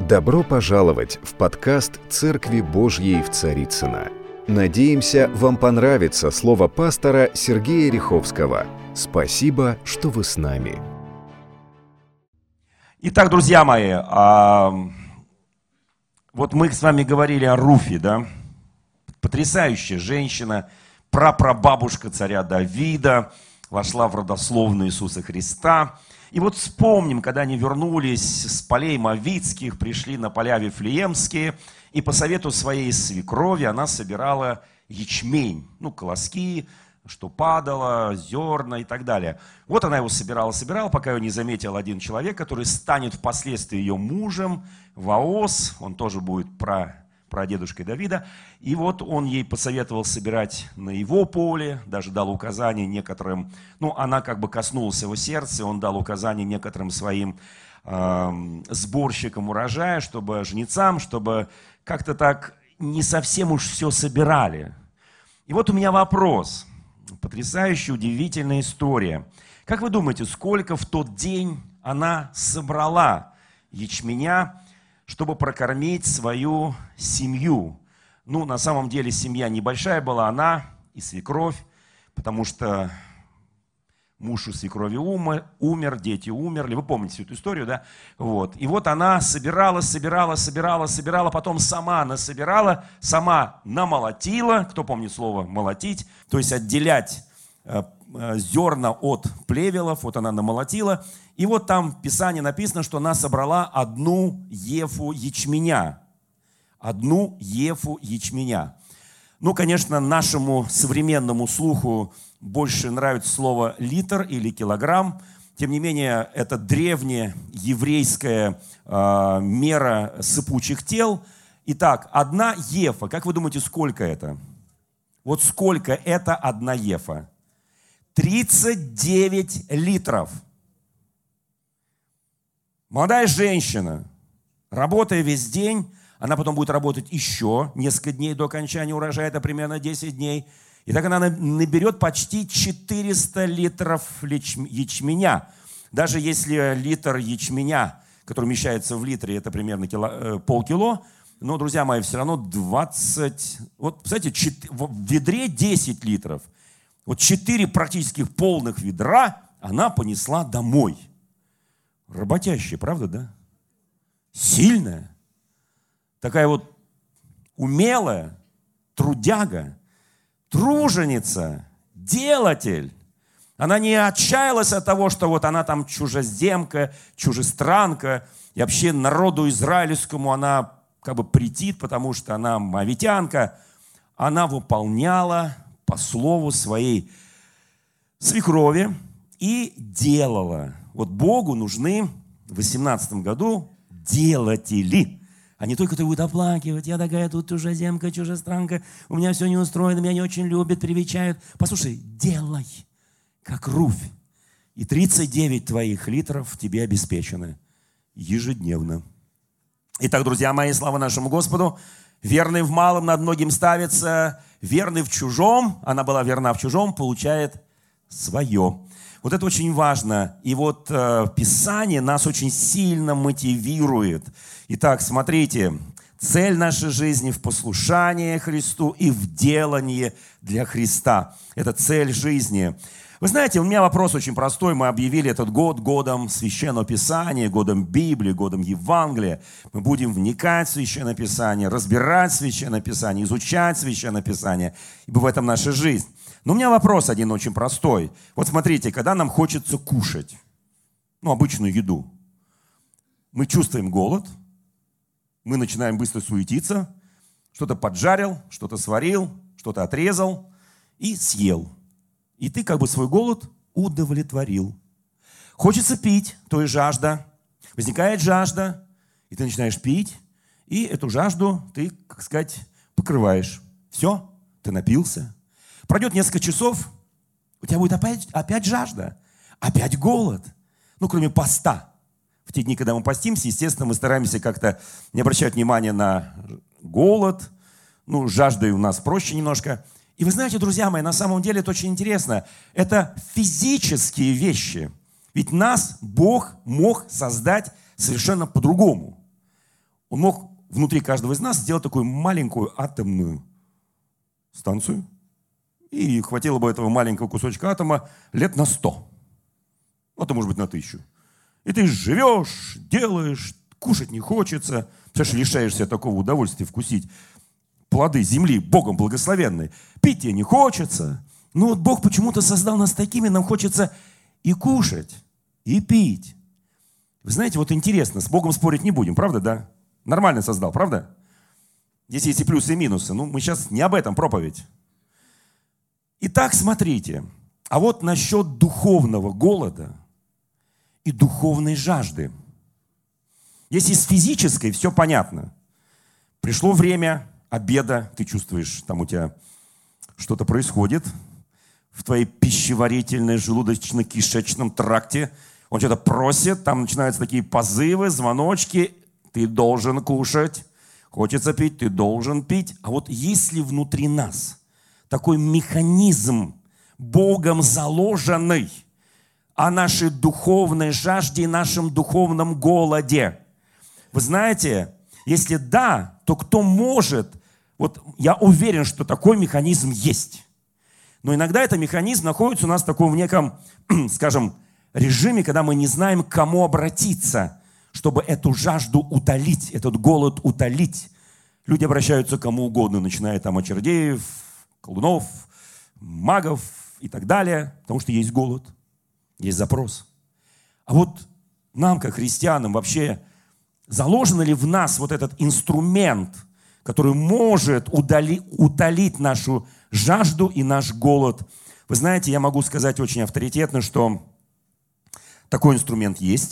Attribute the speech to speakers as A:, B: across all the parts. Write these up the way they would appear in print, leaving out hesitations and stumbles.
A: Добро пожаловать в подкаст «Церкви Божьей в Царицыно». Надеемся, вам понравится слово пастора Сергея Риховского. Спасибо, что вы с нами.
B: Итак, друзья мои, вот мы с вами говорили о Руфе, да? Потрясающая женщина, прапрабабушка царя Давида, вошла в родословную Иисуса Христа. И вот вспомним, когда они вернулись с полей Моавитских, пришли на поля Вифлеемские, и по совету своей свекрови она собирала ячмень, колоски, что падало, зерна и так далее. Вот она его собирала, пока ее не заметил один человек, который станет впоследствии ее мужем, Воос, он тоже будет прадедушкой Давида. И вот он ей посоветовал собирать на его поле, даже дал указания некоторым, она как бы коснулась его сердца, он дал указания некоторым своим сборщикам урожая, чтобы жнецам, чтобы как-то так не совсем уж все собирали. И вот у меня вопрос. Потрясающая, удивительная история. Как вы думаете, сколько в тот день она собрала ячменя, чтобы прокормить свою семью? На самом деле семья небольшая была, она и свекровь, потому что муж у свекрови умер, дети умерли. Вы помните всю эту историю, да? Вот. И вот она собирала, потом сама насобирала, сама намолотила. Кто помнит слово «молотить»? То есть отделять зерна от плевелов. Вот она намолотила. И вот там в Писании написано, что она собрала 1 ефу ячменя. 1 ефу ячменя. Конечно, нашему современному слуху больше нравится слово литр или килограмм. Тем не менее, это древняя еврейская мера сыпучих тел. Итак, 1 ефа. Как вы думаете, сколько это? Вот сколько это 1 ефа? 39 литров. Молодая женщина, работая весь день, она потом будет работать еще несколько дней до окончания урожая, это примерно 10 дней. И так она наберет почти 400 литров ячменя. Даже если литр ячменя, который умещается в литре, это примерно полкило, но, друзья мои, все равно 20... Вот, представляете, в ведре 10 литров. Вот 4 практически полных ведра она понесла домой. Работящая, правда, да? Сильная. Такая вот умелая, трудяга, труженица, делатель. Она не отчаялась от того, что вот она там чужеземка, чужестранка, и вообще народу израильскому она как бы претит, потому что она моавитянка. Она выполняла по слову своей свекрови и делала. Вот Богу нужны в 18 году делатели. А не только, кто будет оплакивать, я такая тут чужеземка, чужестранка, у меня все не устроено, меня не очень любят, привечают. Послушай, делай, как Руфь, и 39 твоих литров тебе обеспечены ежедневно. Итак, друзья мои, слава нашему Господу. Верный в малом над многим ставится, верный в чужом, она была верна в чужом, получает свое. Вот это очень важно. И вот Писание нас очень сильно мотивирует. Итак, смотрите, цель нашей жизни в послушании Христу и в делании для Христа. Это цель жизни. Вы знаете, у меня вопрос очень простой. Мы объявили этот год годом Священного Писания, годом Библии, годом Евангелия. Мы будем вникать в Священное Писание, разбирать Священное Писание, изучать Священное Писание. Ибо в этом наша жизнь. Но у меня вопрос один очень простой. Вот смотрите, когда нам хочется кушать, обычную еду, мы чувствуем голод, мы начинаем быстро суетиться, что-то поджарил, что-то сварил, что-то отрезал и съел. И ты как бы свой голод удовлетворил. Хочется пить, то и жажда. Возникает жажда, и ты начинаешь пить, и эту жажду ты, как сказать, покрываешь. Все, ты напился. Пройдет несколько часов, у тебя будет опять жажда, опять голод. Кроме поста. В те дни, когда мы постимся, естественно, мы стараемся как-то не обращать внимания на голод. Жаждой у нас проще немножко. И вы знаете, друзья мои, на самом деле это очень интересно. Это физические вещи. Ведь нас Бог мог создать совершенно по-другому. Он мог внутри каждого из нас сделать такую маленькую атомную станцию, и хватило бы этого маленького кусочка атома лет на 100. А то, может быть, на 1000. И ты живешь, делаешь, кушать не хочется, потому что лишаешься такого удовольствия вкусить плоды земли, Богом благословенной. Пить тебе не хочется. Но вот Бог почему-то создал нас такими, нам хочется и кушать, и пить. Вы знаете, вот интересно, с Богом спорить не будем, правда, да? Нормально создал, правда? Здесь есть и плюсы, и минусы. Ну, мы сейчас не об этом проповедь. Итак, смотрите. А вот насчет духовного голода и духовной жажды. Если с физической все понятно. Пришло время обеда, ты чувствуешь, там у тебя что-то происходит в твоей пищеварительной, желудочно-кишечном тракте. Он что-то просит, там начинаются такие позывы, звоночки. Ты должен кушать. Хочется пить, ты должен пить. А вот если внутри нас такой механизм, Богом заложенный, о нашей духовной жажде и нашем духовном голоде. Вы знаете, если да, то кто может? Вот я уверен, что такой механизм есть. Но иногда этот механизм находится у нас в таком неком, скажем, режиме, когда мы не знаем, к кому обратиться, чтобы эту жажду утолить, этот голод утолить. Люди обращаются к кому угодно, начиная там от чародеев, колдунов, магов и так далее, потому что есть голод, есть запрос. А вот нам, как христианам, вообще заложен ли в нас вот этот инструмент, который может утолить нашу жажду и наш голод? Вы знаете, я могу сказать очень авторитетно, что такой инструмент есть.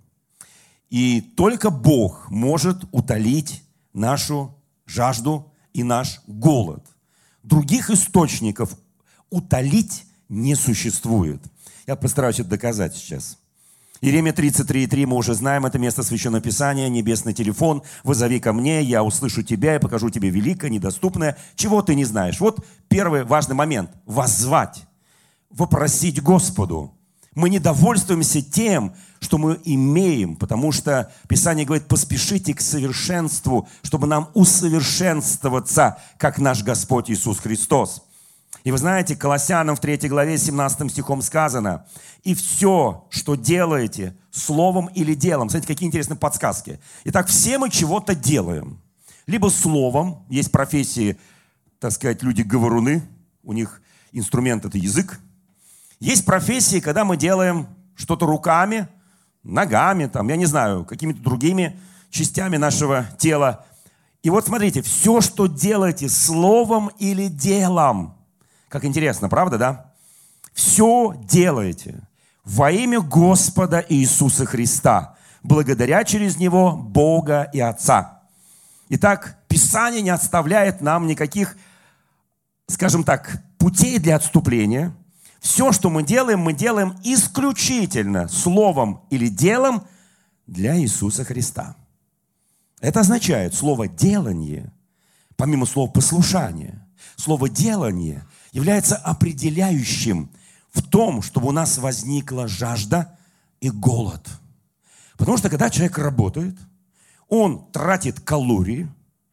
B: И только Бог может утолить нашу жажду и наш голод. Других источников утолить не существует. Я постараюсь это доказать сейчас. Иеремия 33:3, мы уже знаем это место Священного Писания, небесный телефон, вызови ко мне, я услышу тебя и покажу тебе великое, недоступное, чего ты не знаешь. Вот первый важный момент. Воззвать, вопросить Господу. Мы не довольствуемся тем, что мы имеем, потому что Писание говорит, поспешите к совершенству, чтобы нам усовершенствоваться, как наш Господь Иисус Христос. И вы знаете, Колоссянам в 3 главе 17 стихом сказано, «И все, что делаете, словом или делом». Смотрите, какие интересные подсказки. Итак, все мы чего-то делаем. Либо словом, есть профессии, так сказать, люди-говоруны, у них инструмент – это язык. Есть профессии, когда мы делаем что-то руками, ногами, там, я не знаю, какими-то другими частями нашего тела. И вот смотрите, все, что делаете словом или делом, как интересно, правда, да? Все делаете во имя Господа Иисуса Христа, благодаря через Него Бога и Отца. Итак, Писание не оставляет нам никаких, скажем так, путей для отступления. Все, что мы делаем исключительно словом или делом для Иисуса Христа. Это означает слово «делание», помимо слова «послушание», слово «делание» является определяющим в том, чтобы у нас возникла жажда и голод. Потому что когда человек работает, он тратит калории,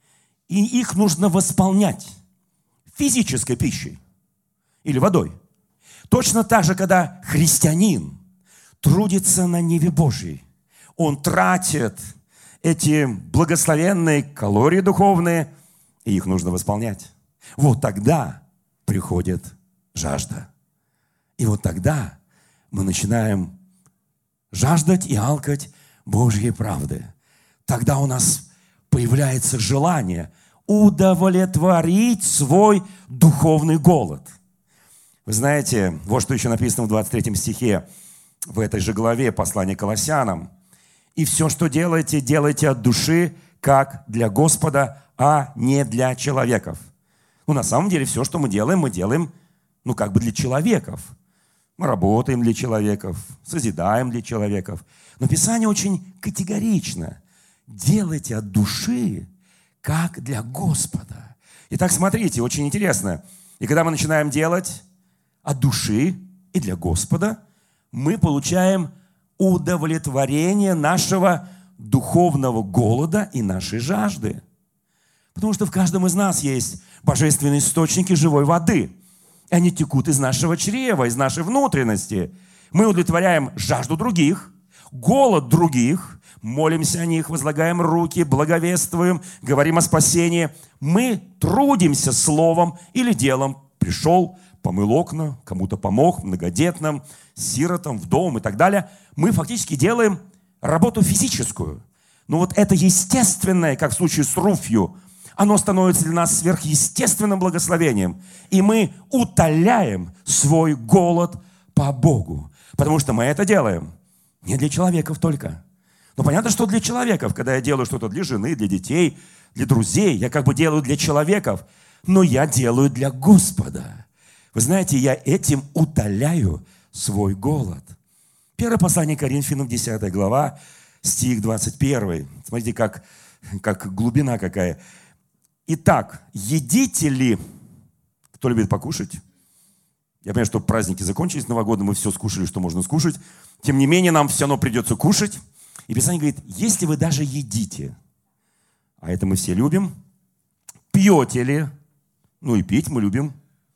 B: и их нужно восполнять физической пищей или водой. Точно так же, когда христианин трудится на ниве Божьей, он тратит эти благословенные калории духовные, и их нужно восполнять. Вот тогда приходит жажда. И вот тогда мы начинаем жаждать и алкать Божьей правды. Тогда у нас появляется желание удовлетворить свой духовный голод. Вы знаете, вот что еще написано в 23 стихе, в этой же главе послания Колоссянам. «И все, что делаете, делайте от души, как для Господа, а не для человеков». На самом деле, все, что мы делаем, как бы для человеков. Мы работаем для человеков, созидаем для человеков. Но Писание очень категорично. Делайте от души, как для Господа. Итак, смотрите, очень интересно. И когда мы начинаем делать от души и для Господа, мы получаем удовлетворение нашего духовного голода и нашей жажды. Потому что в каждом из нас есть божественные источники живой воды. И они текут из нашего чрева, из нашей внутренности. Мы удовлетворяем жажду других, голод других, молимся о них, возлагаем руки, благовествуем, говорим о спасении. Мы трудимся словом или делом. Пришел, помыл окна, кому-то помог, многодетным, сиротам, вдовам и так далее. Мы фактически делаем работу физическую. Но вот это естественное, как в случае с Руфью, оно становится для нас сверхъестественным благословением. И мы утоляем свой голод по Богу. Потому что мы это делаем не для человеков только. Но понятно, что для человеков, когда я делаю что-то для жены, для детей, для друзей, я как бы делаю для человеков, но я делаю для Господа. Вы знаете, я этим утоляю свой голод. Первое послание Коринфянам, 10 глава, стих 21. Смотрите, как глубина какая. Итак, едите ли... Кто любит покушать? Я понимаю, что праздники закончились новогодние, мы все скушали, что можно скушать. Тем не менее, нам все равно придется кушать. И Писание говорит, если вы даже едите, а это мы все любим, пьете ли, ну и пить мы любим,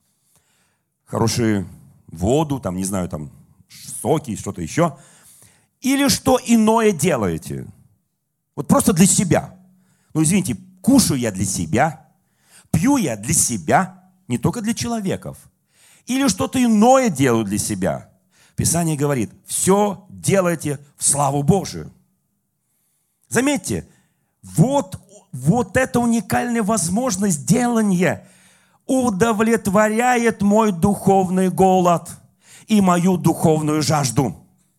B: хорошую воду, там, не знаю, там, соки, что-то еще, или что иное делаете, вот просто для себя. Ну, извините, кушаю я для себя, пью я для себя, не только для человеков, или что-то иное делаю для себя. Писание говорит, все делайте в славу Божию. Заметьте, вот эта уникальная возможность делания удовлетворяет мой духовный голод и мою духовную жажду.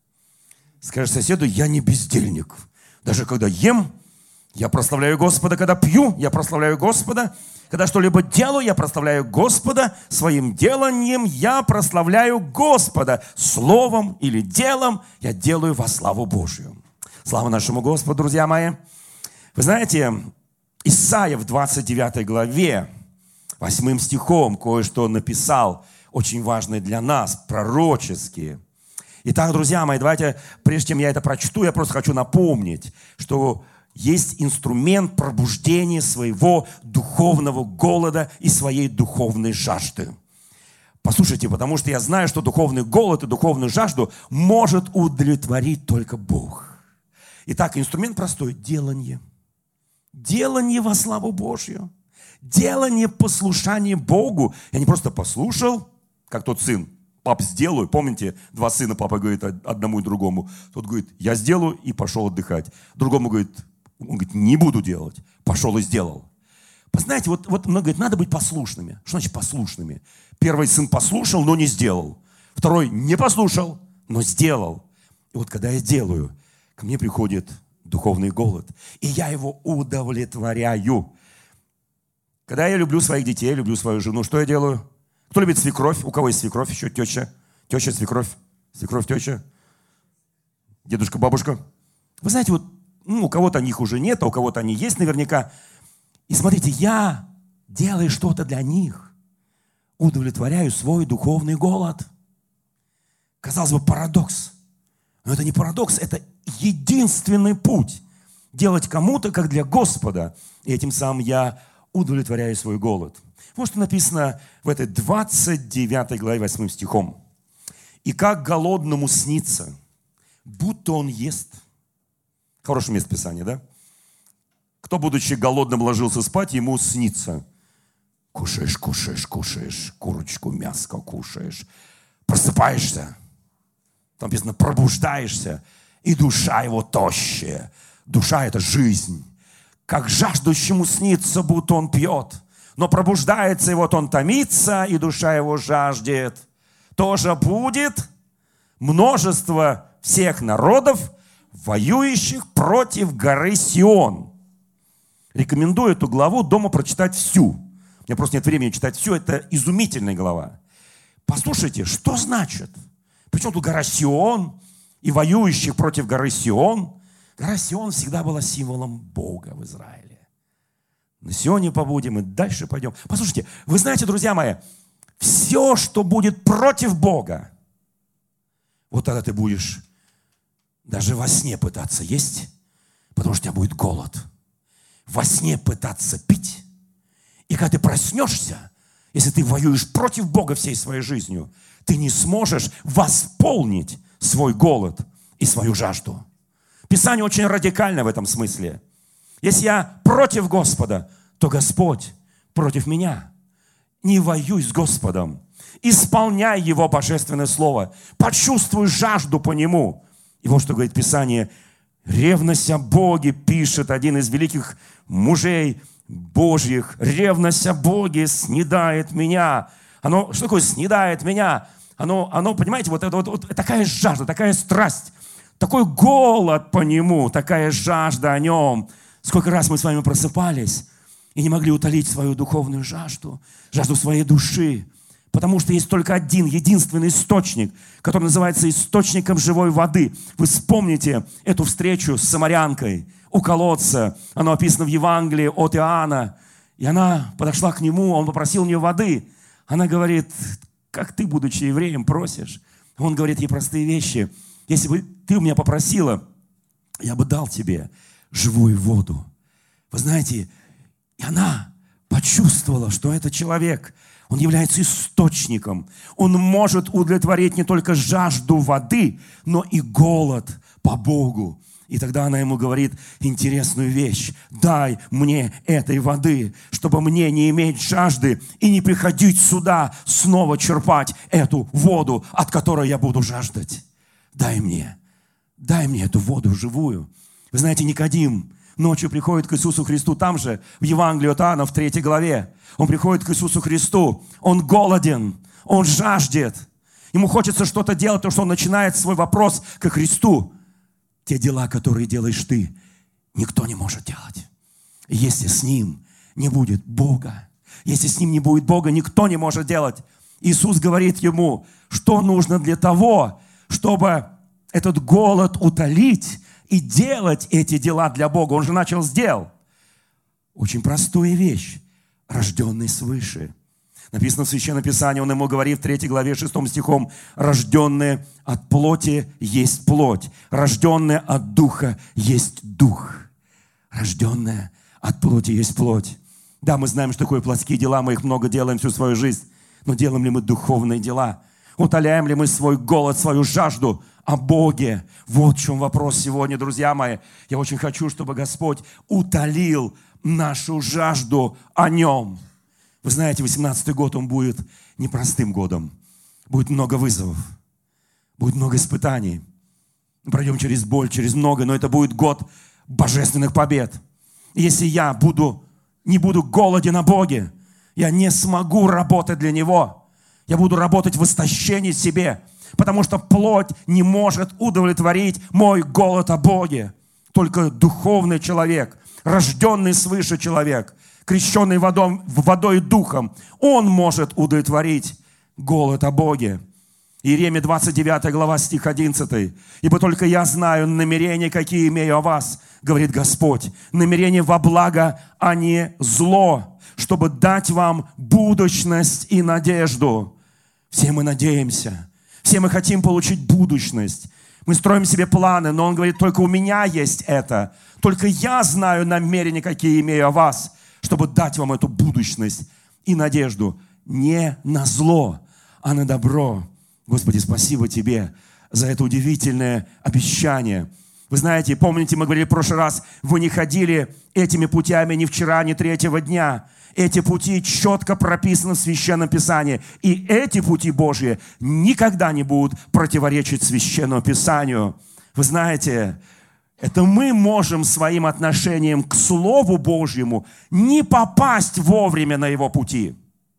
B: Скажи соседу, я не бездельник. Даже когда ем, я прославляю Господа. Когда пью, я прославляю Господа. Когда что-либо делаю, я прославляю Господа. Своим деланием я прославляю Господа. Словом или делом я делаю во славу Божию. Слава нашему Господу, друзья мои. Вы знаете, Исайя в 29 главе, 8 стихом кое-что написал, очень важное для нас, пророческие. Итак, друзья мои, давайте, прежде чем я это прочту, я просто хочу напомнить, что есть инструмент пробуждения своего духовного голода и своей духовной жажды. Послушайте, потому что я знаю, что духовный голод и духовную жажду может удовлетворить только Бог. Итак, инструмент простой – делание. Делание во славу Божью. Делание послушания Богу. Я не просто послушал, как тот сын. Пап, сделаю. Помните, два сына папа говорит одному и другому. Тот говорит, я сделаю, и пошел отдыхать. Другому говорит, он говорит, не буду делать. Пошел и сделал. Знаете, вот много говорит, надо быть послушными. Что значит послушными? Первый сын послушал, но не сделал. Второй не послушал, но сделал. И вот когда я делаю, ко мне приходит духовный голод. И я его удовлетворяю. Когда я люблю своих детей, люблю свою жену, что я делаю? Кто любит свекровь? У кого есть свекровь еще? Теща? Теща, свекровь? Свекровь, теща? Дедушка, бабушка? Вы знаете, вот у кого-то них уже нет, а у кого-то они есть наверняка. И смотрите, я, делая что-то для них, удовлетворяю свой духовный голод. Казалось бы, парадокс. Но это не парадокс, это единственный путь. Делать кому-то, как для Господа. И этим самым я удовлетворяю свой голод. Вот что написано в этой 29 главе 8 стихом. «И как голодному снится, будто он ест». Хорошее место Писания, да? Кто, будучи голодным, ложился спать, ему снится. Кушаешь, кушаешь, кушаешь, курочку, мяско кушаешь. Просыпаешься. Там написано, пробуждаешься, и душа его тощая. Душа – это жизнь. Как жаждущему снится, будто он пьет. Но пробуждается, и вот он томится, и душа его жаждет. Тоже будет множество всех народов, воюющих против горы Сион. Рекомендую эту главу дома прочитать всю. У меня просто нет времени читать всю, это изумительная глава. Послушайте, что значит? Причем тут гора Сион и воюющих против горы Сион? Гора Сион всегда была символом Бога в Израиле. На Сионе побудем и дальше пойдем. Послушайте, вы знаете, друзья мои, все, что будет против Бога, вот тогда ты будешь даже во сне пытаться есть. Потому что у тебя будет голод. Во сне пытаться пить. И когда ты проснешься, если ты воюешь против Бога всей своей жизнью, ты не сможешь восполнить свой голод и свою жажду. Писание очень радикально в этом смысле. Если я против Господа, то Господь против меня. Не воюй с Господом. Исполняй Его божественное слово. Почувствуй жажду по Нему. И вот что говорит Писание. Ревность о Боге, пишет один из великих мужей Божьих. Ревность о Боге снедает меня. Что такое снедает меня? Оно, понимаете, вот такая жажда, такая страсть, такой голод по Нему, такая жажда о Нем. Сколько раз мы с вами просыпались и не могли утолить свою духовную жажду, жажду своей души. Потому что есть только один, единственный источник, который называется источником живой воды. Вы вспомните эту встречу с самарянкой у колодца. Оно описано в Евангелии от Иоанна. И она подошла к нему, он попросил у нее воды. Она говорит, как ты, будучи евреем, просишь? Он говорит ей простые вещи. Если бы ты у меня попросила, я бы дал тебе живую воду. Вы знаете, и она почувствовала, что этот человек, он является источником. Он может удовлетворить не только жажду воды, но и голод по Богу. И тогда она ему говорит интересную вещь. Дай мне этой воды, чтобы мне не иметь жажды и не приходить сюда снова черпать эту воду, от которой я буду жаждать. Дай мне эту воду живую. Вы знаете, Никодим ночью приходит к Иисусу Христу, там же, в Евангелии от Иоанна, в 3 главе. Он приходит к Иисусу Христу, он голоден, он жаждет. Ему хочется что-то делать, потому что он начинает свой вопрос ко Христу. Те дела, которые делаешь ты, никто не может делать. Если с ним не будет Бога, если с ним не будет Бога, никто не может делать. Иисус говорит ему, что нужно для того, чтобы этот голод утолить и делать эти дела для Бога. Он же начал сделать. Очень простую вещь. Рожденный свыше. Написано в Священном Писании, он ему говорит в 3 главе 6 стихом, рожденные от плоти есть плоть, рожденные от духа есть дух. Рожденные от плоти есть плоть. Да, мы знаем, что такое плотские дела, мы их много делаем всю свою жизнь, но делаем ли мы духовные дела? Утоляем ли мы свой голод, свою жажду о Боге? Вот в чем вопрос сегодня, друзья мои. Я очень хочу, чтобы Господь утолил нашу жажду о Нем. Вы знаете, 18-й год, он будет непростым годом. Будет много вызовов, будет много испытаний. Мы пройдем через боль, через много, но это будет год божественных побед. И если я не буду голоден о Боге, я не смогу работать для Него. Я буду работать в истощении себе, потому что плоть не может удовлетворить мой голод о Боге. Только духовный человек, рожденный свыше человек, крещенный водой и духом, он может удовлетворить голод о Боге. Иеремия 29 глава, стих 11. «Ибо только я знаю намерения, какие имею о вас, говорит Господь, намерения во благо, а не зло, чтобы дать вам будущность и надежду». Все мы надеемся, все мы хотим получить будущность. Мы строим себе планы, но Он говорит, только у меня есть это. Только я знаю намерения, какие имею о вас, чтобы дать вам эту будущность и надежду. Не на зло, а на добро. Господи, спасибо Тебе за это удивительное обещание. Вы знаете, помните, мы говорили в прошлый раз, вы не ходили этими путями ни вчера, ни третьего дня. Эти пути четко прописаны в Священном Писании. И эти пути Божьи никогда не будут противоречить Священному Писанию. Вы знаете, это мы можем своим отношением к Слову Божьему не попасть вовремя на Его пути.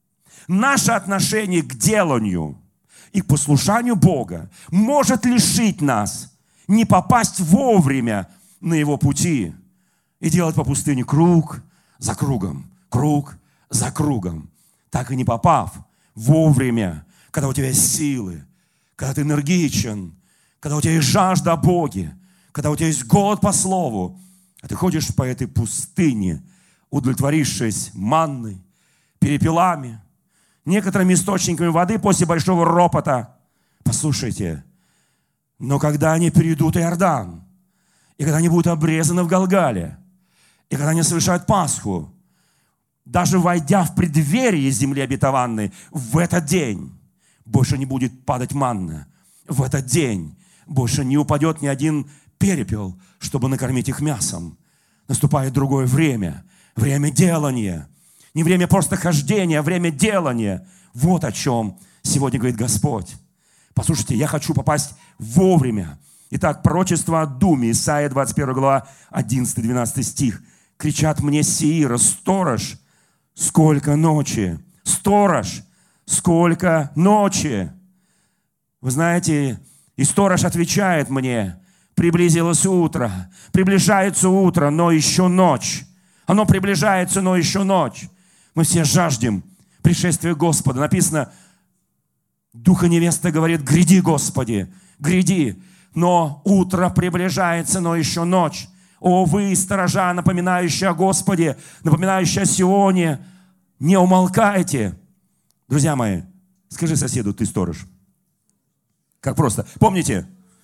B: Наше отношение к деланию и к послушанию Бога может лишить нас не попасть вовремя на Его пути и делать по пустыне круг за кругом. Круг за кругом, так и не попав вовремя, когда у тебя есть силы, когда ты энергичен, когда у тебя есть жажда о Боге, когда у тебя есть голод по Слову, а ты ходишь по этой пустыне, удовлетворившись манной, перепелами, некоторыми источниками воды после большого ропота. Послушайте, но когда они перейдут Иордан, и когда они будут обрезаны в Галгале, и когда они совершают Пасху, даже войдя в преддверие земли обетованной, в этот день больше не будет падать манна. В этот день больше не упадет ни один перепел, чтобы накормить их мясом. Наступает другое время, время делания. Не время просто хождения, а время делания. Вот о чем сегодня говорит Господь. Послушайте, я хочу попасть вовремя. Итак, пророчество о Думе, Исайя 21 глава, 11-12 стих. Кричат мне с Сеира: сторож, сколько ночи! Сторож, сколько ночи! Вы знаете, и сторож отвечает мне: приблизилось утро, приближается утро, но еще ночь. Оно приближается, но еще ночь. Мы все жаждем пришествия Господа. Написано, Духа невеста говорит: гряди, Господи, гряди. Но утро приближается, но еще ночь. О, вы, сторожа, напоминающие о Господе, напоминающие о Сионе, не умолкайте. Друзья мои, скажи соседу: ты сторож. Как просто. Помните,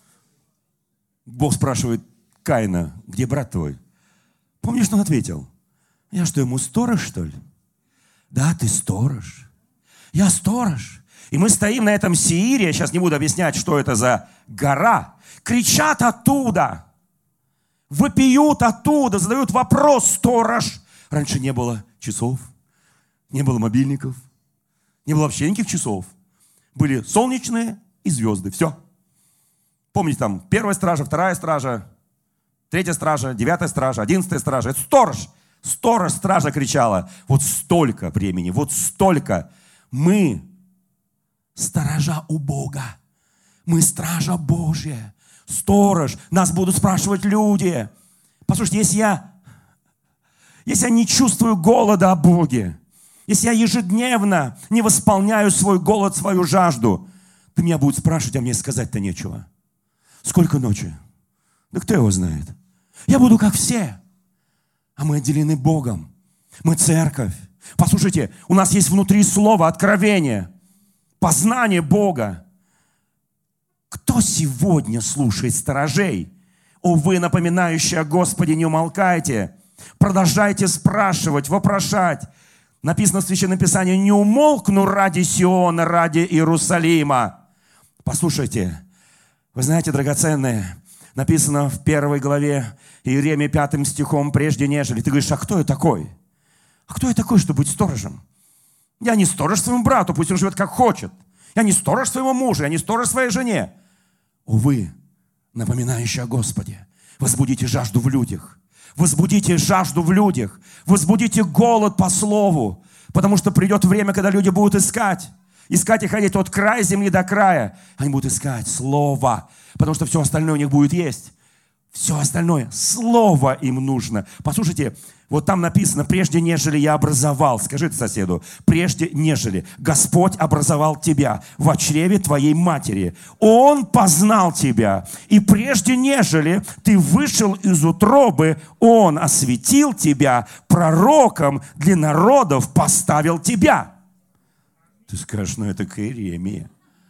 B: Бог спрашивает Каина: где брат твой? Помнишь, что он ответил? Я что, ему сторож, что ли? Да, ты сторож. Я сторож. И мы стоим на этом Сеире, я сейчас не буду объяснять, что это за гора. Кричат оттуда, вопиют оттуда, задают вопрос: сторож. Раньше не было часов, не было мобильников, не было вообще никаких часов. Были солнечные и звезды, все. Помните, там первая стража, вторая стража, третья стража, 9-я стража, 11-я стража. Это сторож. Сторож, стража кричала. Вот столько времени, вот столько. Мы сторожа у Бога. Мы стража Божья. Сторож. Нас будут спрашивать люди. Послушайте, если я не чувствую голода о Боге, если я ежедневно не восполняю свой голод, свою жажду, то меня будут спрашивать, а мне сказать-то нечего. Сколько ночи? Да кто его знает? Я буду как все. А мы отделены Богом. Мы церковь. Послушайте, у нас есть внутри слово, откровение, познание Бога. Кто сегодня слушает сторожей? О, вы, напоминающие о Господе, не умолкайте. Продолжайте спрашивать, вопрошать. Написано в Священном Писании: не умолкну ради Сиона, ради Иерусалима. Послушайте, вы знаете, драгоценные, написано в 1 главе Иеремии 5 стихом: прежде нежели. Ты говоришь: а кто я такой? А кто я такой, чтобы быть сторожем? Я не сторож своему брату, пусть он живет как хочет. Я не сторож своему мужу, я не сторож своей жене. Увы, напоминающие о Господе, возбудите жажду в людях. Возбудите жажду в людях. Возбудите голод по слову. Потому что придет время, когда люди будут искать. Искать и ходить от края земли до края. Они будут искать слово. Потому что все остальное у них будет есть. Все остальное. Слово им нужно. Послушайте, вот там написано: прежде нежели я образовал. Скажите соседу: прежде нежели Господь образовал тебя в чреве твоей матери. Он познал тебя. И прежде нежели ты вышел из утробы, Он осветил тебя, пророком для народов поставил тебя. Ты скажешь: ну это к Иеремии.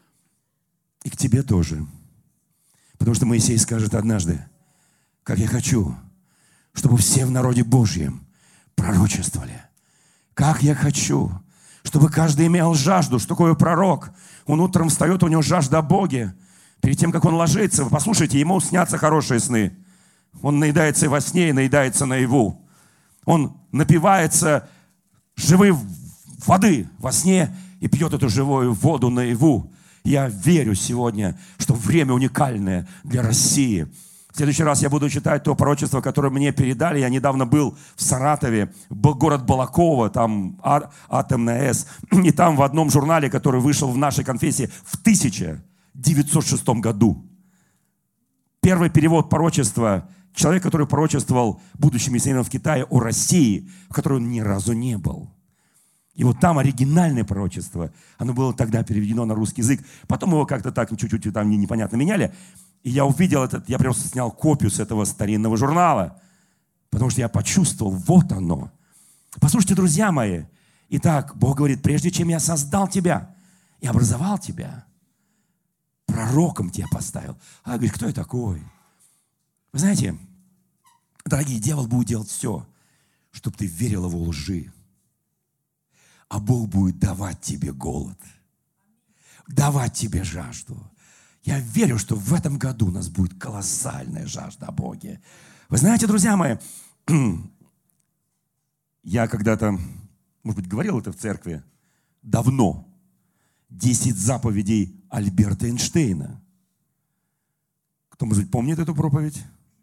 B: И к тебе тоже. Потому что Моисей скажет однажды: как я хочу, чтобы все в народе Божьем пророчествовали. Как я хочу, чтобы каждый имел жажду. Что такое пророк? Он утром встает, у него жажда о Боге. Перед тем, как он ложится, вы послушайте, ему снятся хорошие сны. Он наедается во сне и наедается наяву. Он напивается живой воды во сне и пьет эту живую воду наяву. Я верю сегодня, что время уникальное для России. В следующий раз я буду читать то пророчество, которое мне передали. Я недавно был в Саратове, был город Балаково, там атомная АЭС. И там в одном журнале, который вышел в нашей конфессии в 1906 году. Первый перевод пророчества, человек, который пророчествовал будущим миссионерам в Китае о России, в которой он ни разу не был. И вот там оригинальное пророчество, оно было тогда переведено на русский язык. Потом его как-то так чуть-чуть там непонятно меняли. И я увидел этот, я просто снял копию с этого старинного журнала, потому что я почувствовал, вот оно. Послушайте, друзья мои, итак, Бог говорит: прежде чем я создал тебя и образовал тебя, пророком тебя поставил. А говорит: кто я такой? Вы знаете, Дорогие, дьявол будет делать все, чтобы ты верил его лжи. А Бог будет давать тебе голод, давать тебе жажду. Я верю, что в этом году у нас будет колоссальная жажда о Боге. Вы знаете, друзья мои, я когда-то, может быть, говорил это в церкви, давно, 10 заповедей Альберта Эйнштейна. Кто, может быть, помнит эту проповедь?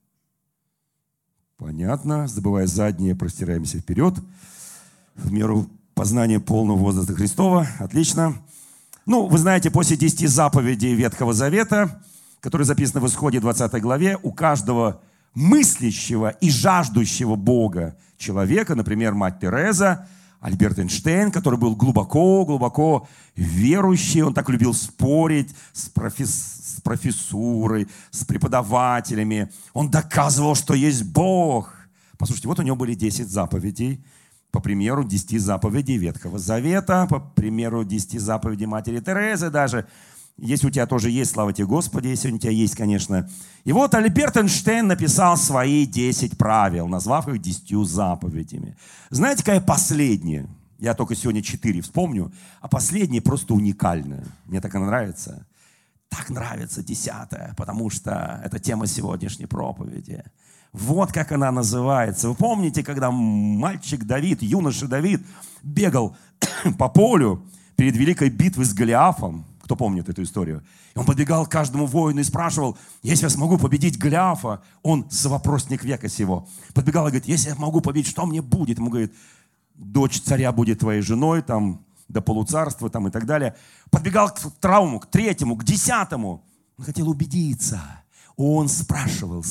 B: Понятно. Забывая заднее, простираемся вперед. В меру познания полного возраста Христова. Отлично. Ну, вы знаете, после 10 заповедей Ветхого Завета, которые записаны в Исходе 20 главе, у каждого мыслящего и жаждущего Бога человека, например, мать Тереза, Альберт Эйнштейн, который был глубоко верующий, он так любил спорить с профессурой, с преподавателями. Он доказывал, что есть Бог. Послушайте, вот у него были 10 заповедей, по примеру 10 заповедей Ветхого Завета, по примеру 10 заповедей матери Терезы даже. Если у тебя тоже есть, слава тебе Господи, если у тебя есть, конечно. И вот Альберт Эйнштейн написал свои 10 правил, назвав их 10 заповедями. Знаете, какая последняя? Я только сегодня 4 вспомню, а последняя просто уникальная. Мне так она нравится. Так нравится 10-я, потому что это тема сегодняшней проповеди. Вот как она называется. Вы помните, когда мальчик Давид, юноша Давид бегал по полю перед великой битвой с Голиафом? Кто помнит эту историю? И он подбегал к каждому воину и спрашивал: если я смогу победить Голиафа, он совопросник века сего. Подбегал и говорит: если я могу победить, что мне будет? Ему говорит: дочь царя будет твоей женой, там, до полуцарства, там, и так далее. Подбегал к второму, к третьему, к 10-му. Он хотел убедиться. Он спрашивал.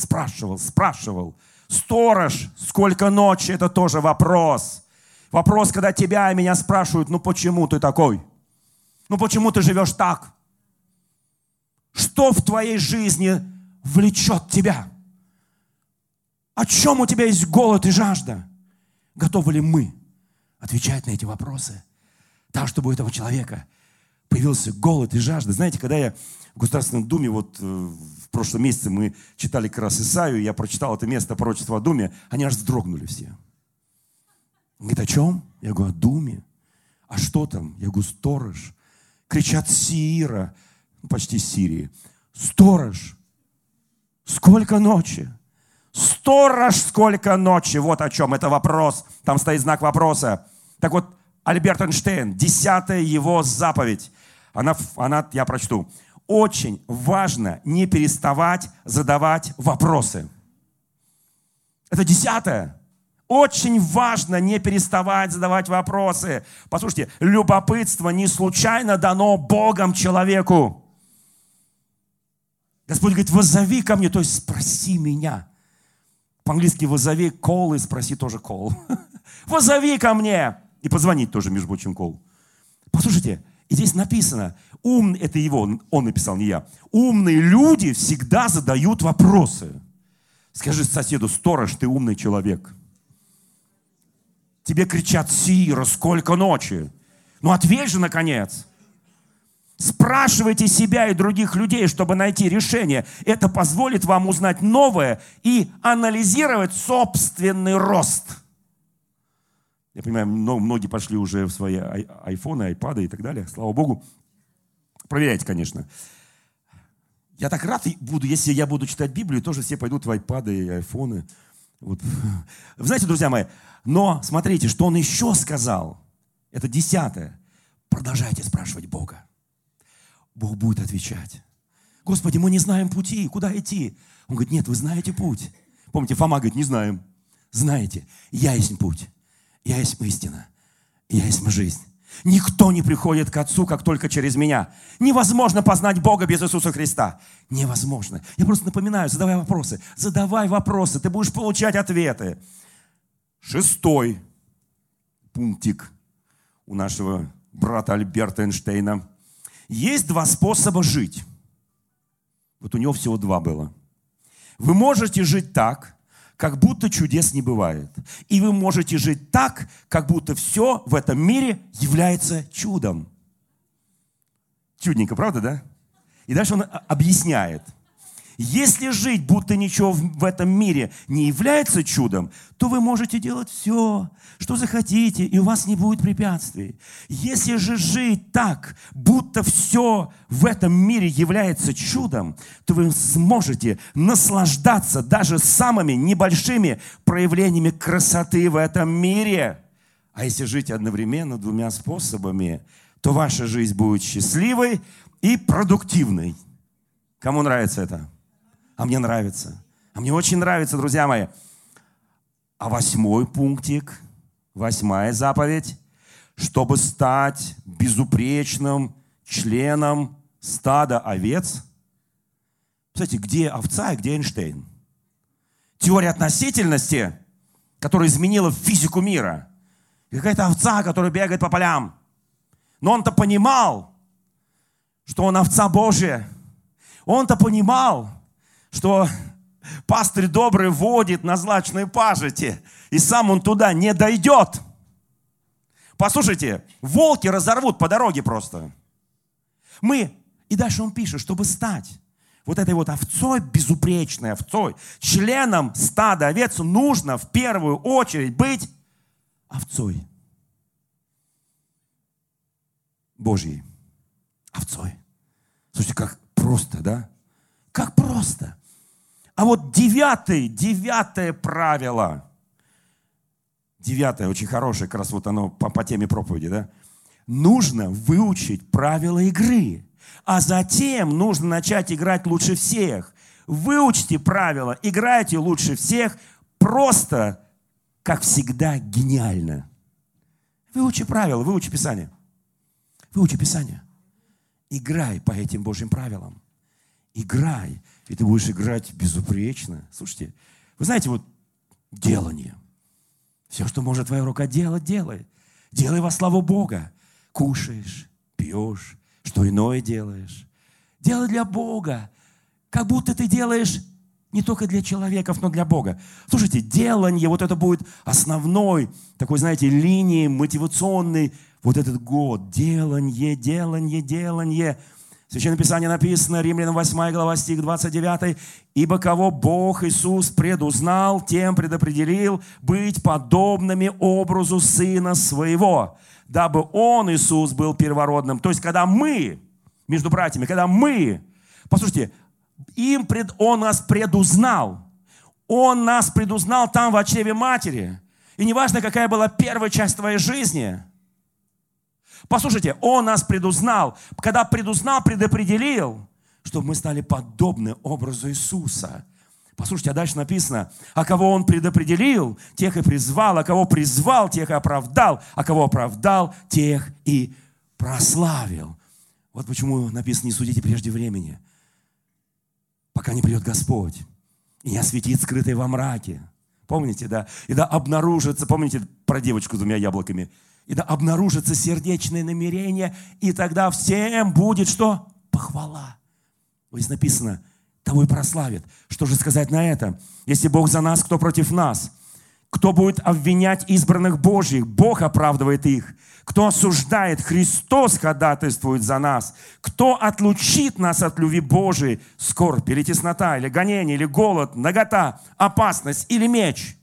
B: Сторож, сколько ночи? Это тоже вопрос. Вопрос, когда тебя и меня спрашивают: ну почему ты такой? Ну почему ты живешь так? Что в твоей жизни влечет тебя? О чем у тебя есть голод и жажда? Готовы ли мы отвечать на эти вопросы? Так, чтобы у этого человека появился голод и жажда. Знаете, когда я в Государственном Думе, вот в прошлом месяце мы читали как раз Исаию, я прочитал это место пророчества о Думе, они аж вздрогнули все. Он говорит: о чем? Я говорю: о Думе. А что там? Я говорю: сторож. Кричат: Сиира, почти Сирии. Сторож, сколько ночи? Сторож, сколько ночи? Вот о чем это вопрос. Там стоит знак вопроса. Так вот, Альберт Эйнштейн, 10-я его заповедь. Она, я прочту. Очень важно не переставать задавать вопросы. Это 10-я. Очень важно не переставать задавать вопросы. Послушайте, любопытство не случайно дано Богом человеку. Господь говорит: воззови ко мне, то есть спроси меня. По-английски воззови call и спроси тоже call. Воззови ко мне. И позвонить тоже, между прочим, call. Послушайте, и здесь написано, это его, он написал, не я. Умные люди всегда задают вопросы. Скажи соседу: сторож, ты умный человек. Тебе кричат: Сиира, сколько ночи? Ну ответь же, наконец. Спрашивайте себя и других людей, чтобы найти решение. Это позволит вам узнать новое и анализировать собственный рост. Я понимаю, многие пошли уже в свои айфоны, айпады и так далее. Слава Богу. Проверяйте, конечно. Я так рад буду, если я буду читать Библию, тоже все пойдут в айпады и айфоны. Вот. Вы знаете, друзья мои, но смотрите, что он еще сказал. Это 10-е. Продолжайте спрашивать Бога. Бог будет отвечать. Господи, мы не знаем пути, куда идти? Он говорит: нет, вы знаете путь. Помните, Фома говорит: не знаем. Знаете, я есть путь, я есть истина, я есть жизнь. Никто не приходит к Отцу, как только через меня. Невозможно познать Бога без Иисуса Христа. Невозможно. Я просто напоминаю, задавай вопросы. Задавай вопросы, ты будешь получать ответы. 6-й пунктик у нашего брата Альберта Эйнштейна. Есть 2 способа жить. Вот у него всего 2 было. Вы можете жить так, как будто чудес не бывает. И вы можете жить так, как будто все в этом мире является чудом. Чудненько, правда, да? И дальше он объясняет. Если жить, будто ничего в этом мире не является чудом, то вы можете делать все, что захотите, и у вас не будет препятствий. Если же жить так, будто все в этом мире является чудом, то вы сможете наслаждаться даже самыми небольшими проявлениями красоты в этом мире. А если жить одновременно двумя способами, то ваша жизнь будет счастливой и продуктивной. Кому нравится это? А мне нравится. А мне очень нравится, друзья мои. А 8 пунктик, 8 заповедь, чтобы стать безупречным членом стада овец. Кстати, где овца и где Эйнштейн? Теория относительности, которая изменила физику мира. И какая-то овца, которая бегает по полям. Но он-то понимал, что он овца Божия. Он-то понимал, что пастырь добрый водит на злачные пажити, и сам он туда не дойдет. Послушайте, волки разорвут по дороге просто. И дальше он пишет, чтобы стать вот этой вот овцой, безупречной овцой, членом стада овец, нужно в первую очередь быть овцой Божьей. Овцой. Слушайте, как просто, да? Как просто. А вот 9 правило. 9 очень хорошее, как раз вот оно по теме проповеди, да? Нужно выучить правила игры, а затем нужно начать играть лучше всех. Выучите правила, играйте лучше всех, просто, как всегда, гениально. Выучи правила, выучи Писание. Выучи Писание. Играй по этим Божьим правилам. Играй, и ты будешь играть безупречно. Слушайте, вы знаете, вот делание. Все, что может твоя рука делать, делай. Делай во славу Бога. Кушаешь, пьешь, что иное делаешь. Делай для Бога. Как будто ты делаешь не только для человеков, но для Бога. Слушайте, делание, вот это будет основной, такой, знаете, линией мотивационной вот этот год. Делание, делание, делание. В Священном Писании написано, Римлянам 8 глава, стих 29. «Ибо кого Бог Иисус предузнал, тем предопределил быть подобными образу Сына Своего, дабы Он, Иисус, был первородным». То есть, когда мы, между братьями, когда мы, послушайте, Он нас предузнал. Он нас предузнал там, в чреве матери. И неважно, какая была первая часть твоей жизни. Послушайте, Он нас предузнал. Когда предузнал, предопределил, чтобы мы стали подобны образу Иисуса. Послушайте, а дальше написано, а кого Он предопределил, тех и призвал, а кого призвал, тех и оправдал, а кого оправдал, тех и прославил. Вот почему написано, не судите прежде времени, пока не придет Господь и не осветит скрытое во мраке. Помните, да? И да обнаружится, помните про девочку с 2 яблоками? И да обнаружится сердечное намерение, и тогда всем будет что? Похвала. Здесь написано, того и прославит. Что же сказать на это? Если Бог за нас, кто против нас? Кто будет обвинять избранных Божьих? Бог оправдывает их. Кто осуждает? Христос ходатайствует за нас. Кто отлучит нас от любви Божией? Скорбь или теснота, или гонение, или голод, нагота, опасность или меч?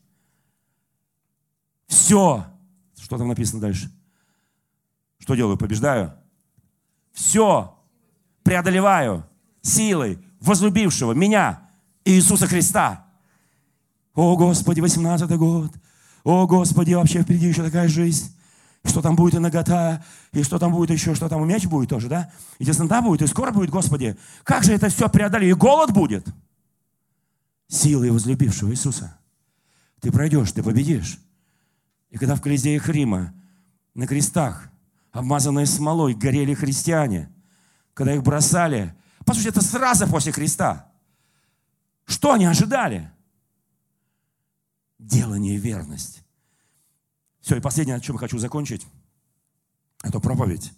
B: Все. Что там написано дальше? Что делаю? Побеждаю? Все преодолеваю силой возлюбившего меня, Иисуса Христа. О, Господи, 18-й год. О, Господи, вообще впереди еще такая жизнь. Что там будет и нагота, и что там будет еще, что там и меч будет тоже, да? И теснота будет, и скоро будет, Господи. Как же это все преодолеть? И голод будет. Силой возлюбившего Иисуса. Ты пройдешь, ты победишь. И когда в Колизеях Рима на крестах, обмазанные смолой, горели христиане, когда их бросали, послушайте, это сразу после креста. Что они ожидали? Делание, верность. Все, и последнее, о чем я хочу закончить, это проповедь.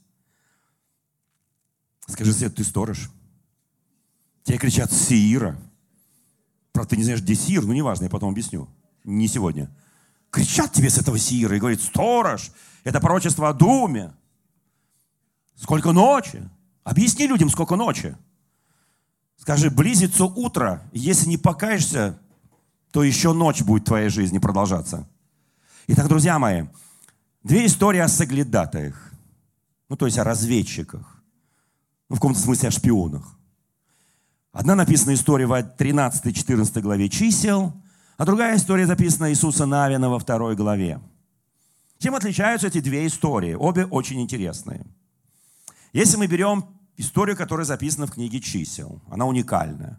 B: Скажи, Свет, ты сторож. Тебе кричат Сеира. Правда, ты не знаешь, где Сеир, ну неважно, я потом объясню. Не сегодня. Кричат тебе с этого Сеира и говорят, сторож, это пророчество о Думе. Сколько ночи? Объясни людям, сколько ночи. Скажи, близится утро, если не покаешься, то еще ночь будет в твоей жизни продолжаться. Итак, друзья мои, две истории о соглядатаях, то есть о разведчиках, в каком-то смысле о шпионах. Одна написана история в 13-14 главе Чисел, а другая история записана Иисуса Навина во 2 главе. Чем отличаются эти две истории? Обе очень интересные. Если мы берем историю, которая записана в книге Чисел, она уникальная.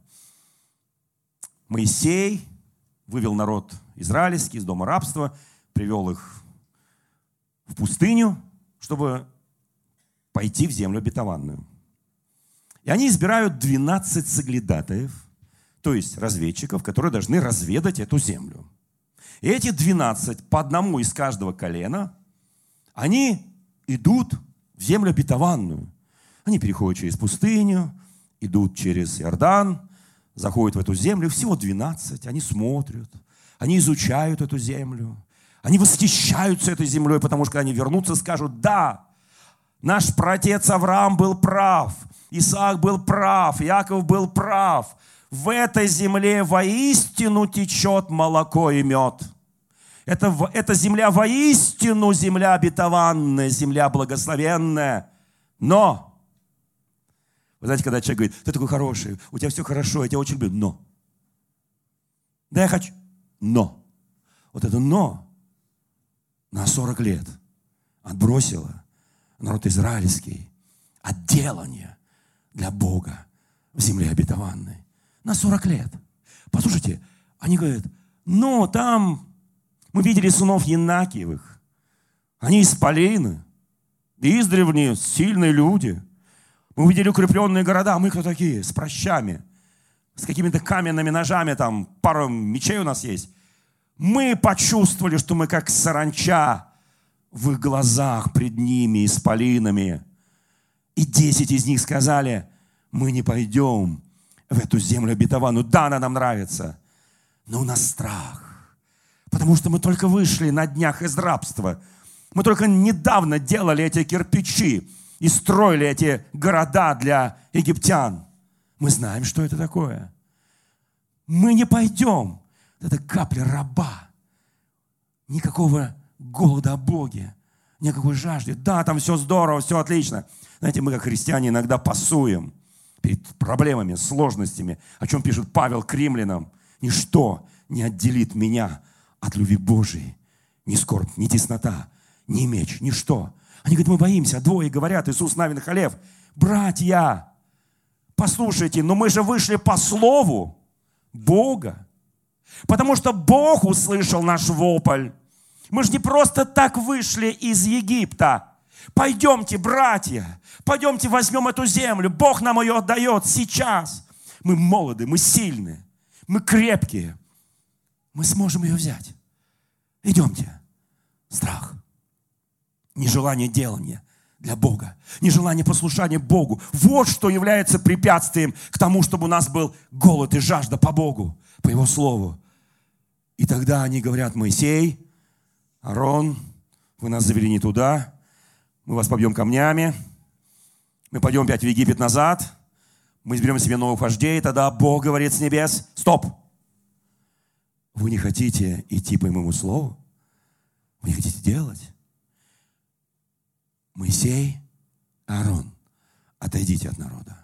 B: Моисей вывел народ израильский из дома рабства, привел их в пустыню, чтобы пойти в землю обетованную. И они избирают 12 соглядатаев, то есть разведчиков, которые должны разведать эту землю. И эти 12, по одному из каждого колена, они идут в землю обетованную. Они переходят через пустыню, идут через Иордан, заходят в эту землю. Всего 12. Они смотрят, они изучают эту землю. Они восхищаются этой землей, потому что когда они вернутся, скажут: да, наш праотец Авраам был прав, Исаак был прав, Иаков был прав. В этой земле воистину течет молоко и мед. Это земля воистину земля обетованная, земля благословенная. Но, вы знаете, когда человек говорит: ты такой хороший, у тебя все хорошо, я тебя очень люблю, но. Да, я хочу, но. Вот это но на 40 лет отбросило народ израильский от делания для Бога в земле обетованной. На 40 лет. Послушайте, они говорят: ну, там мы видели сынов Енакиевых. Они исполины, издревле сильные люди. Мы увидели укрепленные города. Мы кто такие? С пращами, с какими-то каменными ножами, там пару мечей у нас есть. Мы почувствовали, что мы как саранча в их глазах пред ними, исполинами. И 10 из них сказали: мы не пойдем в эту землю обетованную. Да, она нам нравится, но у нас страх, потому что мы только вышли на днях из рабства. Мы только недавно делали эти кирпичи и строили эти города для египтян. Мы знаем, что это такое. Мы не пойдем. Это капля раба. Никакого голода о Боге, никакой жажды. Да, там все здорово, все отлично. Знаете, мы как христиане иногда пасуем перед проблемами, сложностями, о чем пишет Павел к римлянам. Ничто не отделит меня от любви Божией. Ни скорбь, ни теснота, ни меч, ничто. Они говорят: мы боимся. Двое говорят, Иисус Навин и Халев: братья, послушайте, но мы же вышли по слову Бога. Потому что Бог услышал наш вопль. Мы же не просто так вышли из Египта. Пойдемте, братья, пойдемте возьмем эту землю. Бог нам ее отдает сейчас. Мы молоды, мы сильные, мы крепкие. Мы сможем ее взять. Идемте. Страх. Нежелание делания для Бога. Нежелание послушания Богу. Вот что является препятствием к тому, чтобы у нас был голод и жажда по Богу, по Его Слову. И тогда они говорят: Моисей, Аарон, вы нас завели не туда. Мы вас побьем камнями. Мы пойдем опять в Египет назад. Мы изберем себе новых вождей. Тогда Бог говорит с небес: стоп! Вы не хотите идти по моему слову? Вы не хотите делать? Моисей, Аарон, отойдите от народа.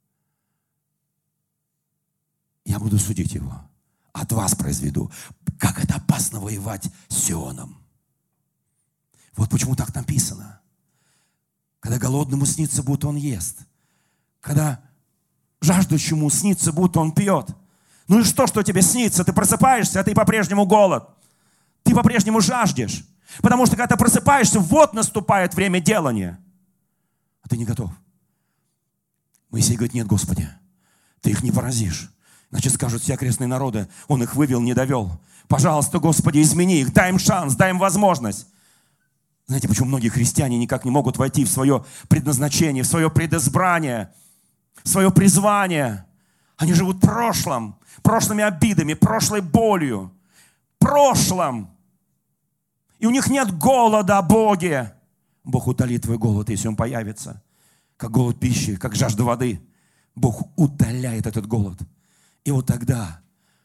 B: Я буду судить его. От вас произведу. Как это опасно воевать с Сионом. Вот почему так написано. Когда голодному снится, будто он ест. Когда жаждущему снится, будто он пьет. Ну и что тебе снится? Ты просыпаешься, а ты по-прежнему голод. Ты по-прежнему жаждешь. Потому что когда ты просыпаешься, вот наступает время делания. А ты не готов. Моисей говорит: нет, Господи, ты их не поразишь. Иначе скажут все окрестные народы: он их вывел, не довел. Пожалуйста, Господи, измени их, дай им шанс, дай им возможность. Знаете, почему многие христиане никак не могут войти в свое предназначение, в свое предизбрание, в свое призвание? Они живут прошлым, прошлыми обидами, прошлой болью, прошлым. И у них нет голода о Боге. Бог утолит твой голод, если он появится. Как голод пищи, как жажда воды. Бог удаляет этот голод. И вот тогда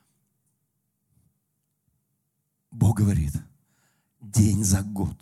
B: Бог говорит, день за год.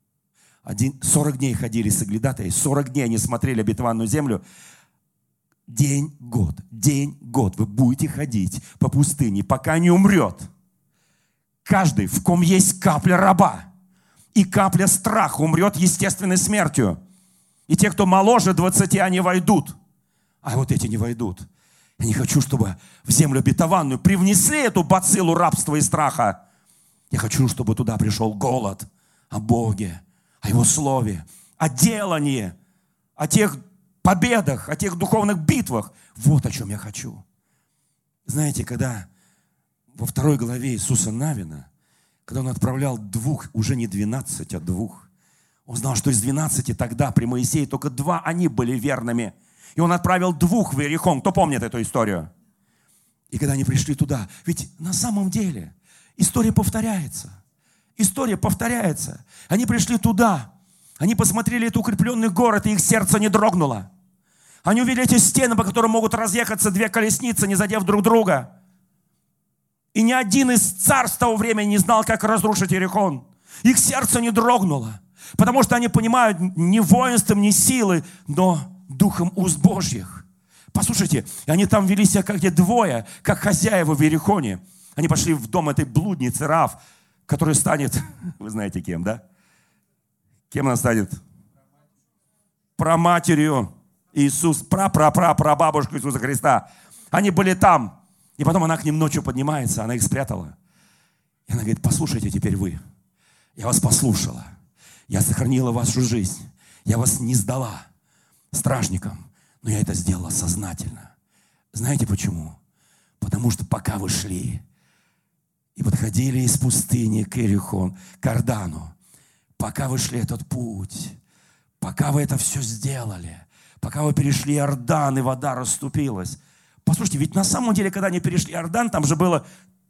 B: 40 дней ходили соглядатые, 40 дней они смотрели обетованную землю. День, год. Вы будете ходить по пустыне, пока не умрет. Каждый, в ком есть капля раба и капля страха, умрет естественной смертью. И те, кто моложе 20, они войдут. А вот эти не войдут. Я не хочу, чтобы в землю обетованную привнесли эту бациллу рабства и страха. Я хочу, чтобы туда пришел голод о Боге, о Его Слове, о делании, о тех победах, о тех духовных битвах. Вот о чем я хочу. Знаете, когда во 2 главе Иисуса Навина, когда Он отправлял 2, уже не 12, а 2, Он знал, что из 12 тогда при Моисее только 2 они были верными. И Он отправил 2 в Иерихон. Кто помнит эту историю? И когда они пришли туда, ведь на самом деле история повторяется. История повторяется. Они пришли туда, они посмотрели этот укрепленный город, и их сердце не дрогнуло. Они увидели эти стены, по которым могут разъехаться 2 колесницы, не задев друг друга. И ни один из царств того времени не знал, как разрушить Иерихон. Их сердце не дрогнуло, потому что они понимают не воинством, не силой, но духом уст Божьих. Послушайте, они там вели себя как те 2, как хозяева в Иерихоне. Они пошли в дом этой блудницы Раав, которая станет, вы знаете кем, да? Кем она станет? Праматерью Иисуса, прабабушку Иисуса Христа. Они были там. И потом она к ним ночью поднимается, она их спрятала. И она говорит, послушайте теперь вы. Я вас послушала. Я сохранила вашу жизнь. Я вас не сдала стражникам. Но я это сделала сознательно. Знаете почему? Потому что пока вы шли и подходили из пустыни к Иерихон, к Иордану, пока вы шли этот путь, пока вы это все сделали, пока вы перешли Иордан, и вода расступилась. Послушайте, ведь на самом деле, когда они перешли Иордан, там же было...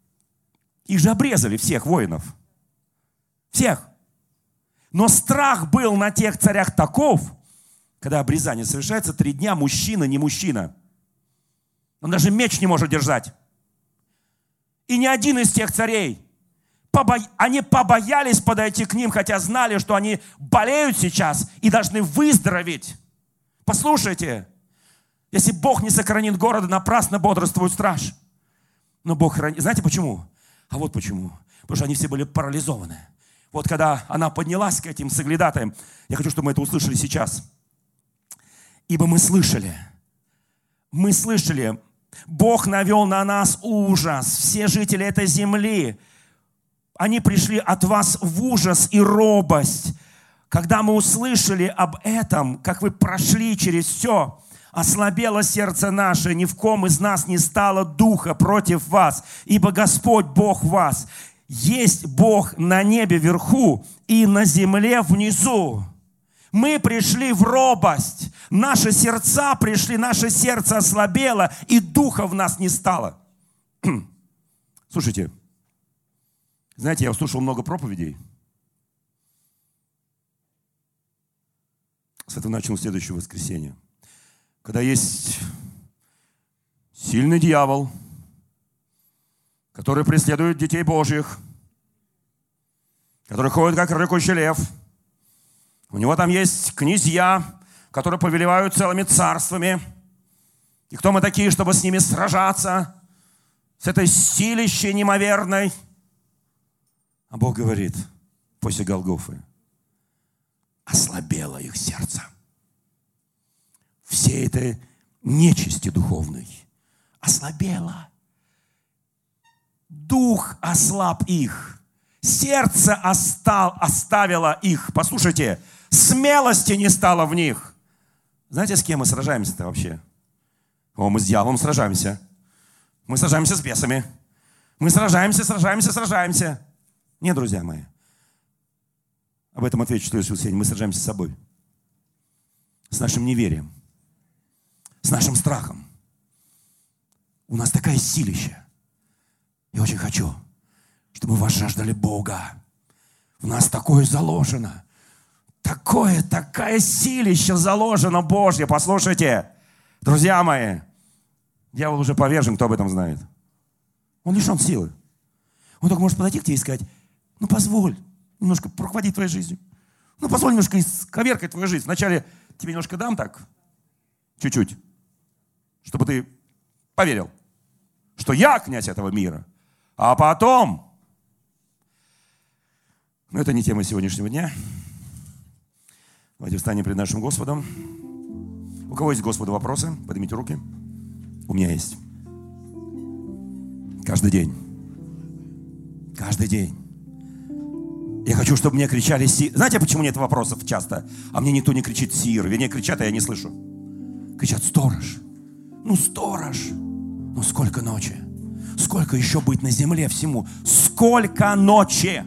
B: Их же обрезали, всех воинов. Всех. Но страх был на тех царях таков, когда обрезание совершается 3 дня, мужчина, не мужчина. Он даже меч не может держать. И ни один из тех царей, они побоялись подойти к ним, хотя знали, что они болеют сейчас и должны выздороветь. Послушайте, если Бог не сохранит города, напрасно бодрствует страж. Но Бог хранит. Знаете почему? А вот почему. Потому что они все были парализованы. Вот когда она поднялась к этим соглядатаям, я хочу, чтобы мы это услышали сейчас. Ибо мы слышали, Бог навел на нас ужас, все жители этой земли, они пришли от вас в ужас и робость. Когда мы услышали об этом, как вы прошли через все, ослабело сердце наше, ни в ком из нас не стало духа против вас, ибо Господь Бог вас. Есть Бог на небе вверху и на земле внизу. Мы пришли в робость, наши сердца пришли, наше сердце ослабело, и духа в нас не стало. Слушайте, знаете, я услышал много проповедей. С этого начал следующее воскресенье. Когда есть сильный дьявол, который преследует детей Божьих, который ходит как рыкающий лев. У него там есть князья, которые повелевают целыми царствами. И кто мы такие, чтобы с ними сражаться? С этой силищей неимоверной. А Бог говорит после Голгофы: ослабело их сердце. Всей этой нечисти духовной ослабело. Дух ослаб их. Сердце оставило их. Послушайте, смелости не стало в них. Знаете, с кем мы сражаемся-то вообще? Мы с дьяволом сражаемся. Мы сражаемся с бесами. Мы сражаемся. Нет, друзья мои. Об этом отвечу в следующее воскресенье. Мы сражаемся с собой. С нашим неверием. С нашим страхом. У нас такая силища. Я очень хочу, чтобы вы возжаждали Бога. В нас такое заложено. Такая силища заложена Божья. Послушайте, друзья мои, Дьявол уже повержен, кто об этом знает. Он лишен силы. Он только может подойти к тебе и сказать: ну позволь немножко руководить твоей жизнью. Ну позволь немножко исковеркать твою жизнь. Вначале тебе немножко дам так, чуть-чуть, чтобы ты поверил, что я князь этого мира. А потом... Но это не тема сегодняшнего дня. Давайте встанем перед нашим Господом. У кого есть к Господу вопросы? Поднимите руки. У меня есть. Каждый день. Каждый день. Я хочу, чтобы мне кричали сир. Знаете, почему нет вопросов часто? А мне никто не кричит сир. Вернее, кричат, а я не слышу. Кричат: сторож. Ну, сторож. Ну, сколько ночи? Сколько еще быть на земле всему? Сколько ночи?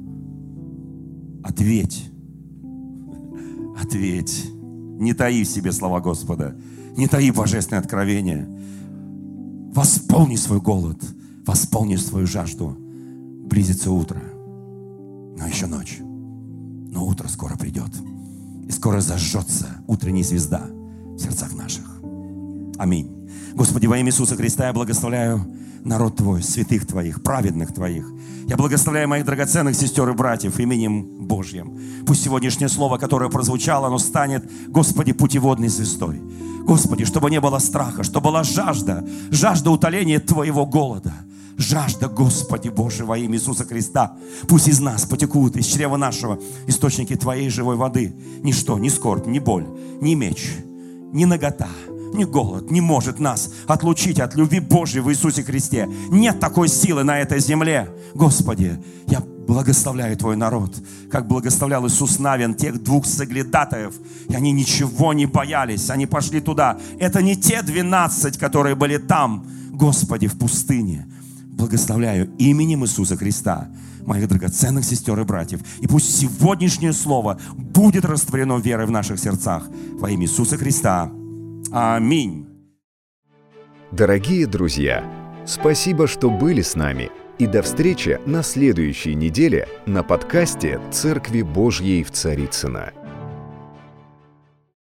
B: Ответь. Ответь. Не таи в себе слова Господа. Не таи божественное откровение. Восполни свой голод. Восполни свою жажду. Близится утро. Но еще ночь. Но утро скоро придет. И скоро зажжется утренняя звезда в сердцах наших. Аминь. Господи, во имя Иисуса Христа я благословляю народ Твой, святых Твоих, праведных Твоих. Я благословляю моих драгоценных сестер и братьев именем Божьим. Пусть сегодняшнее слово, которое прозвучало, оно станет, Господи, путеводной звездой. Господи, чтобы не было страха, чтобы была жажда утоления Твоего голода. Жажда, Господи Боже, во имя Иисуса Христа. Пусть из нас потекут, из чрева нашего, источники Твоей живой воды. Ничто, ни скорбь, ни боль, ни меч, ни нагота, ни голод не может нас отлучить от любви Божьей в Иисусе Христе. Нет такой силы на этой земле. Господи, я благословляю Твой народ, как благословлял Иисус Навин тех 2 соглядатаев. И они ничего не боялись, они пошли туда. Это не те 12, которые были там, Господи, в пустыне. Благословляю именем Иисуса Христа моих драгоценных сестер и братьев. И пусть сегодняшнее слово будет растворено верой в наших сердцах. Во имя Иисуса Христа. Аминь.
A: Дорогие друзья, спасибо, что были с нами. И до встречи на следующей неделе на подкасте «Церкви Божьей в Царицыно».